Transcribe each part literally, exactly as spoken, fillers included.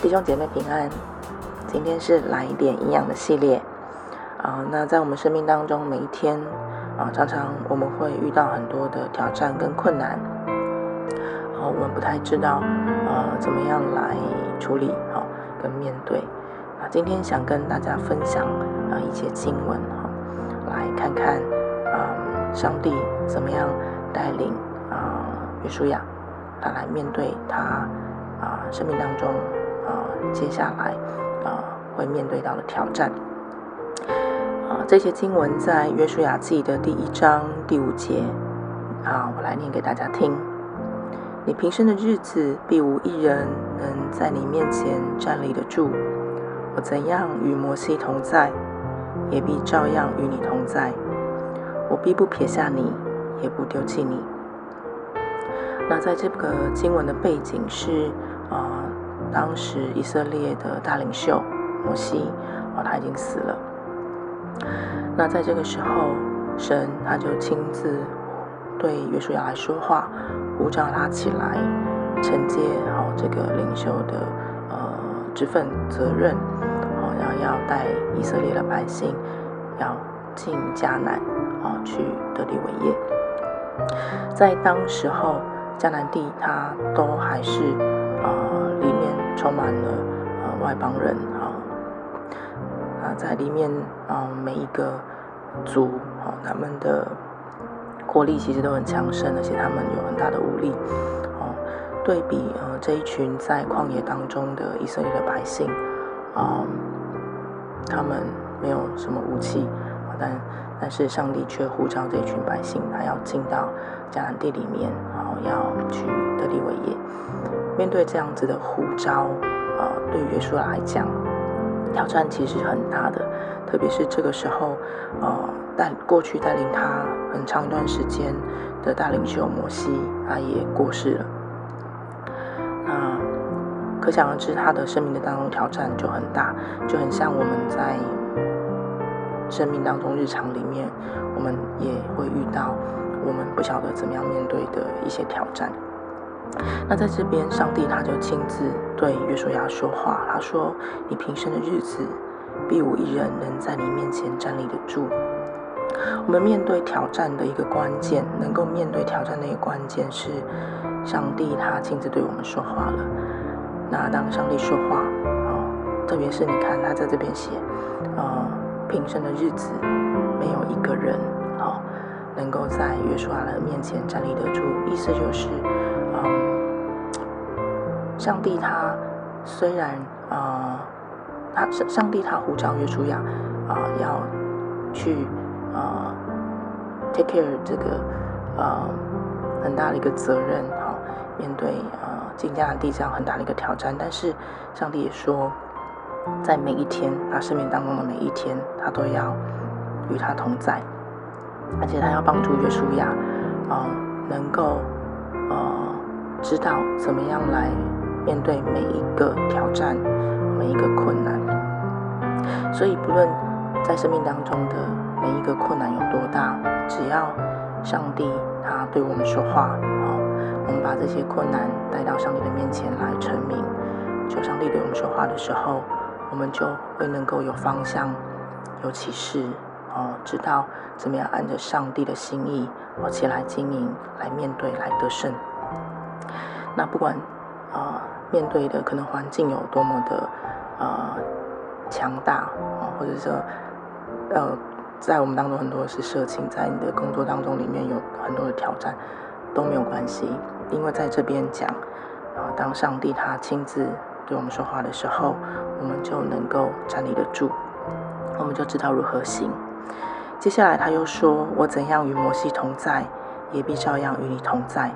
弟兄姐妹平安，今天是来一点营养的系列啊。那在我们生命当中，每一天啊，常常我们会遇到很多的挑战跟困难，啊，我们不太知道啊怎么样来处理啊跟面对。啊，今天想跟大家分享啊一些经文哈，来看看啊上帝怎么样带领啊约书亚，他来面对他啊生命当中。啊，接下来啊会面对到的挑战啊，这些经文在约书亚记的第一章第五节啊，我来念给大家听。你平生的日子，必无一人能在你面前站立得住。我怎样与摩西同在，也必照样与你同在。我必不撇下你，也不丢弃你。那在这个经文的背景是啊。当时以色列的大领袖摩西，哦，他已经死了。那在这个时候，神他就亲自对约书亚来说话，呼召他起来承接好这个领袖的呃这份责任，哦，要要带以色列的百姓要进迦南，哦，去得地为业。在当时候，迦南地它都还是呃里面充满了呃外邦人啊，啊在里面啊、呃、每一个族啊、哦、他们的国力其实都很强盛，而且他们有很大的武力哦。对比呃这一群在旷野当中的以色列的百姓啊、呃，他们没有什么武器，但但是上帝却呼召这一群百姓，他要进到迦南地里面，然后要去得地为业。面对这样子的呼召，呃，对约书亚来讲，挑战其实很大的，特别是这个时候，呃，带过去带领他很长一段时间的大领袖摩西，他也过世了。那可想而知，他的生命的当中挑战就很大，就很像我们在生命当中日常里面，我们也会遇到我们不晓得怎么样面对的一些挑战。那在这边，上帝他就亲自对约书亚说话，他说：“你平生的日子，必无一人能在你面前站立得住。”我们面对挑战的一个关键，能够面对挑战的一个关键是，上帝他亲自对我们说话了。那当上帝说话，哦，特别是你看他在这边写，呃，平生的日子，没有一个人，哦，能够在约书亚的面前站立得住，意思就是。嗯，上帝他虽然呃，他上帝他呼召约书亚啊、呃，要去呃 take care 这个呃很大的一个责任，好、哦，面对呃进迦南地这样很大的一个挑战，但是上帝也说，在每一天他生命当中的每一天，他都要与他同在，而且他要帮助约书亚啊、呃，能够呃。知道怎么样来面对每一个挑战，每一个困难。所以不论在生命当中的每一个困难有多大，只要上帝他对我们说话，好，我们把这些困难带到上帝的面前来陈明，求上帝对我们说话的时候，我们就会能够有方向，有启示，哦，知道怎么样按着上帝的心意，哦，起来经营，来面对，来得胜。那不管呃面对的可能环境有多么的呃强大，哦，或者说呃在我们当中很多是社情，在你的工作当中里面有很多的挑战，都没有关系，因为在这边讲，呃当上帝他亲自对我们说话的时候，我们就能够站立得住，我们就知道如何行。接下来他又说：“我怎样与摩西同在，也必照样与你同在。”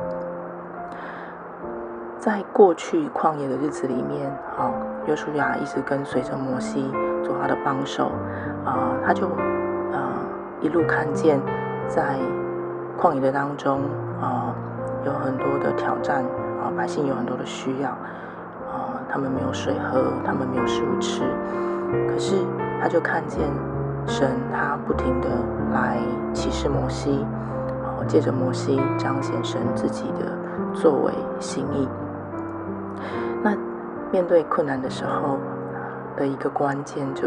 在过去旷野的日子里面，啊、哦，约书亚一直跟随着摩西做他的帮手，啊、呃，他就呃一路看见在旷野的当中，啊、呃，有很多的挑战，啊、呃，百姓有很多的需要，啊、呃，他们没有水喝，他们没有食物吃，可是他就看见神他不停的来启示摩西，啊、呃，借着摩西彰显神自己的作为心意。那面对困难的时候的一个关键就是，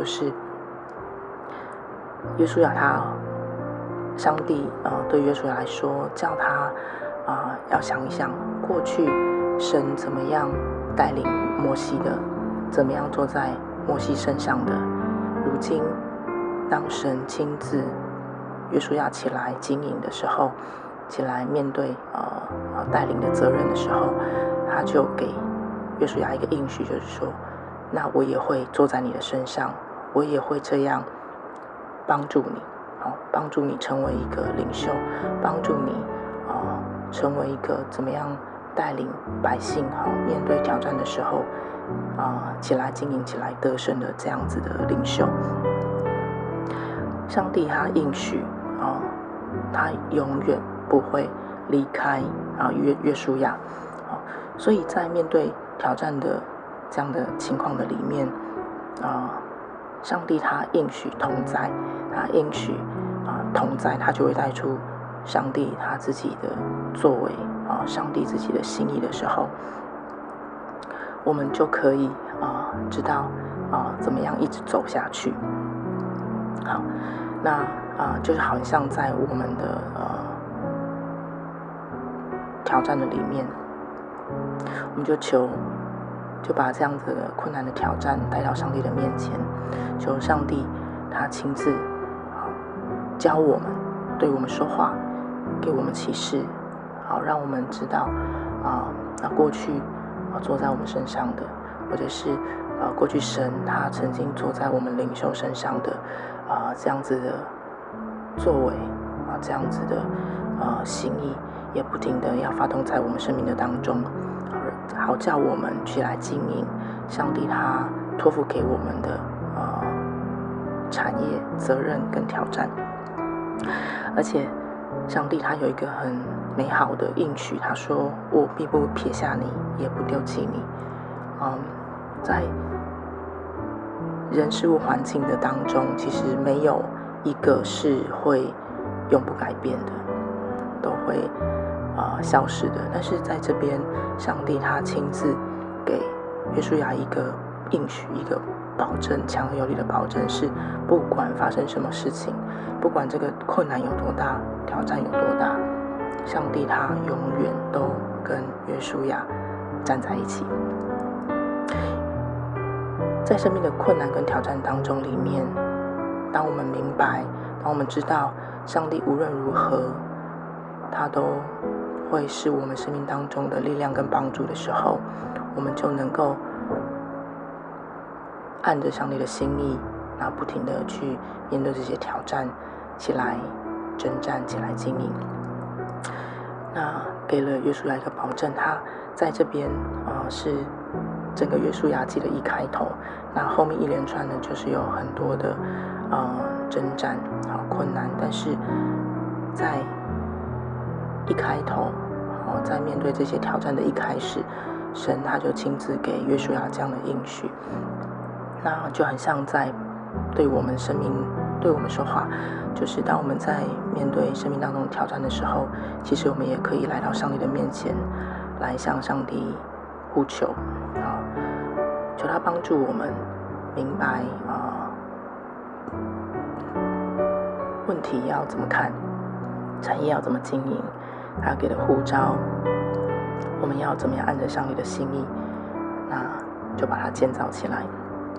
约书亚他，上帝呃对约书亚来说，叫他啊、呃、要想一想过去神怎么样带领摩西的，怎么样坐在摩西身上的。如今当神亲自约书亚起来经营的时候，起来面对呃呃带领的责任的时候，他就给约书亚一个应许，就是说，那我也会坐在你的身上，我也会这样帮助你，好、哦，帮助你成为一个领袖，帮助你啊、呃、成为一个怎么样带领百姓好、哦、面对挑战的时候啊、呃、起来经营起来得胜的这样子的领袖。上帝他应许啊、呃，他永远不会离开啊约约书亚，啊、呃，所以在面对挑战的这样的情况的里面啊、呃，上帝他应许同在，他应许啊、呃、同在，他就会带出上帝他自己的作为啊、呃，上帝自己的心意的时候，我们就可以啊、呃、知道啊、呃、怎么样一直走下去。好，那啊、呃、就是好像在我们的呃挑战的里面，我们就求就把这样子的困难的挑战带到上帝的面前，求上帝他亲自啊教我们，对我们说话，给我们启示，好让我们知道啊那过去啊坐在我们身上的，或者是啊过去神他曾经坐在我们领袖身上的啊这样子的作为啊这样子的呃心意，也不停的要发动在我们生命的当中，好叫我们去来经营上帝他托付给我们的呃产业责任跟挑战。而且上帝他有一个很美好的应许，他说我必不撇下你，也不丢弃你。嗯，在人事物环境的当中，其实没有一个是会永不改变的，都会呃消失的。但是在这边，上帝他亲自给约书亚一个应许，一个保证，强而有力的保证，是不管发生什么事情，不管这个困难有多大，挑战有多大，上帝他永远都跟约书亚站在一起。在生命的困难跟挑战当中里面，当我们明白，当我们知道上帝无论如何他都会是我们生命当中的力量跟帮助的时候，我们就能够按着上帝的心意，那不停的去面对这些挑战，起来征战，起来经营。那给了约书亚一个保证，他在这边啊、呃、是整个约书亚记的一开头，那后面一连串的就是有很多的呃征战好困难，但是在一开头，好在面对这些挑战的一开始，神他就亲自给约书亚这样的应许，那就很像在对我们生命对我们说话，就是当我们在面对生命当中挑战的时候，其实我们也可以来到上帝的面前，来向上帝呼求啊，求他帮助我们明白啊，问题要怎么看，产业要怎么经营，他给的呼召，我们要怎么样按着上帝的心意，那就把它建造起来。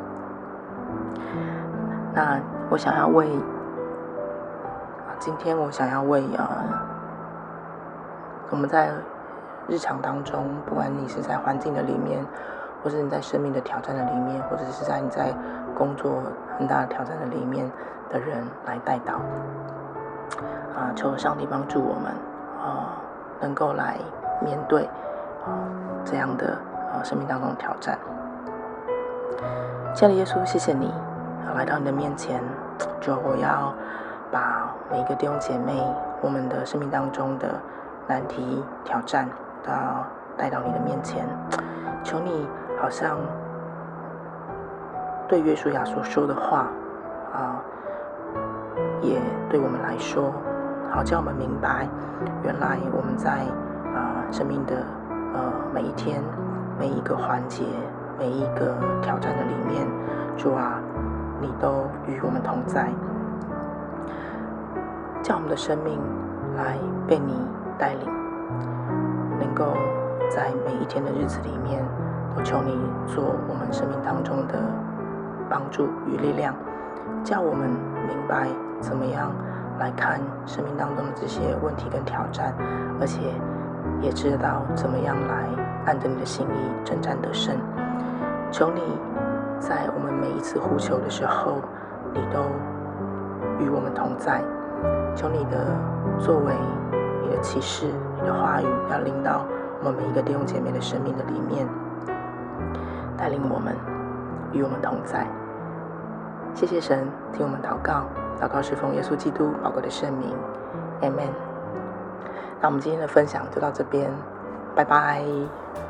那我想要为今天我想要为呃我们在日常当中，不管你是在环境的里面，或是你在生命的挑战的里面，或者是在你在工作很大的挑战的里面的人来代祷啊、呃，求上帝帮助我们啊、呃，能够来面对啊、呃、这样的呃生命当中的挑战。亲爱的耶稣，谢谢你来到你的面前，就我要把每一个弟兄姐妹我们的生命当中的难题挑战都要带到你的面前，求你好像对约书亚所说的话啊、呃，也对我们来说，好叫我们明白，原来我们在啊、呃、生命的呃每一天每一个环节每一个挑战的里面，主啊，你都与我们同在，叫我们的生命来被你带领，能够在每一天的日子里面，都求你做我们生命当中的帮助与力量，叫我们明白怎么样来看生命当中的这些问题跟挑战，而且也知道怎么样来按着你的心意征战得胜。求你在我们每一次呼求的时候，你都与我们同在。求你的作为，你的启示，你的话语，要临到我们每一个弟兄姐妹的生命的里面，带领我们，与我们同在。谢谢神，听我们祷告，祷告是奉耶稣基督宝贵的圣名 ，Amen。那我们今天的分享就到这边，拜拜。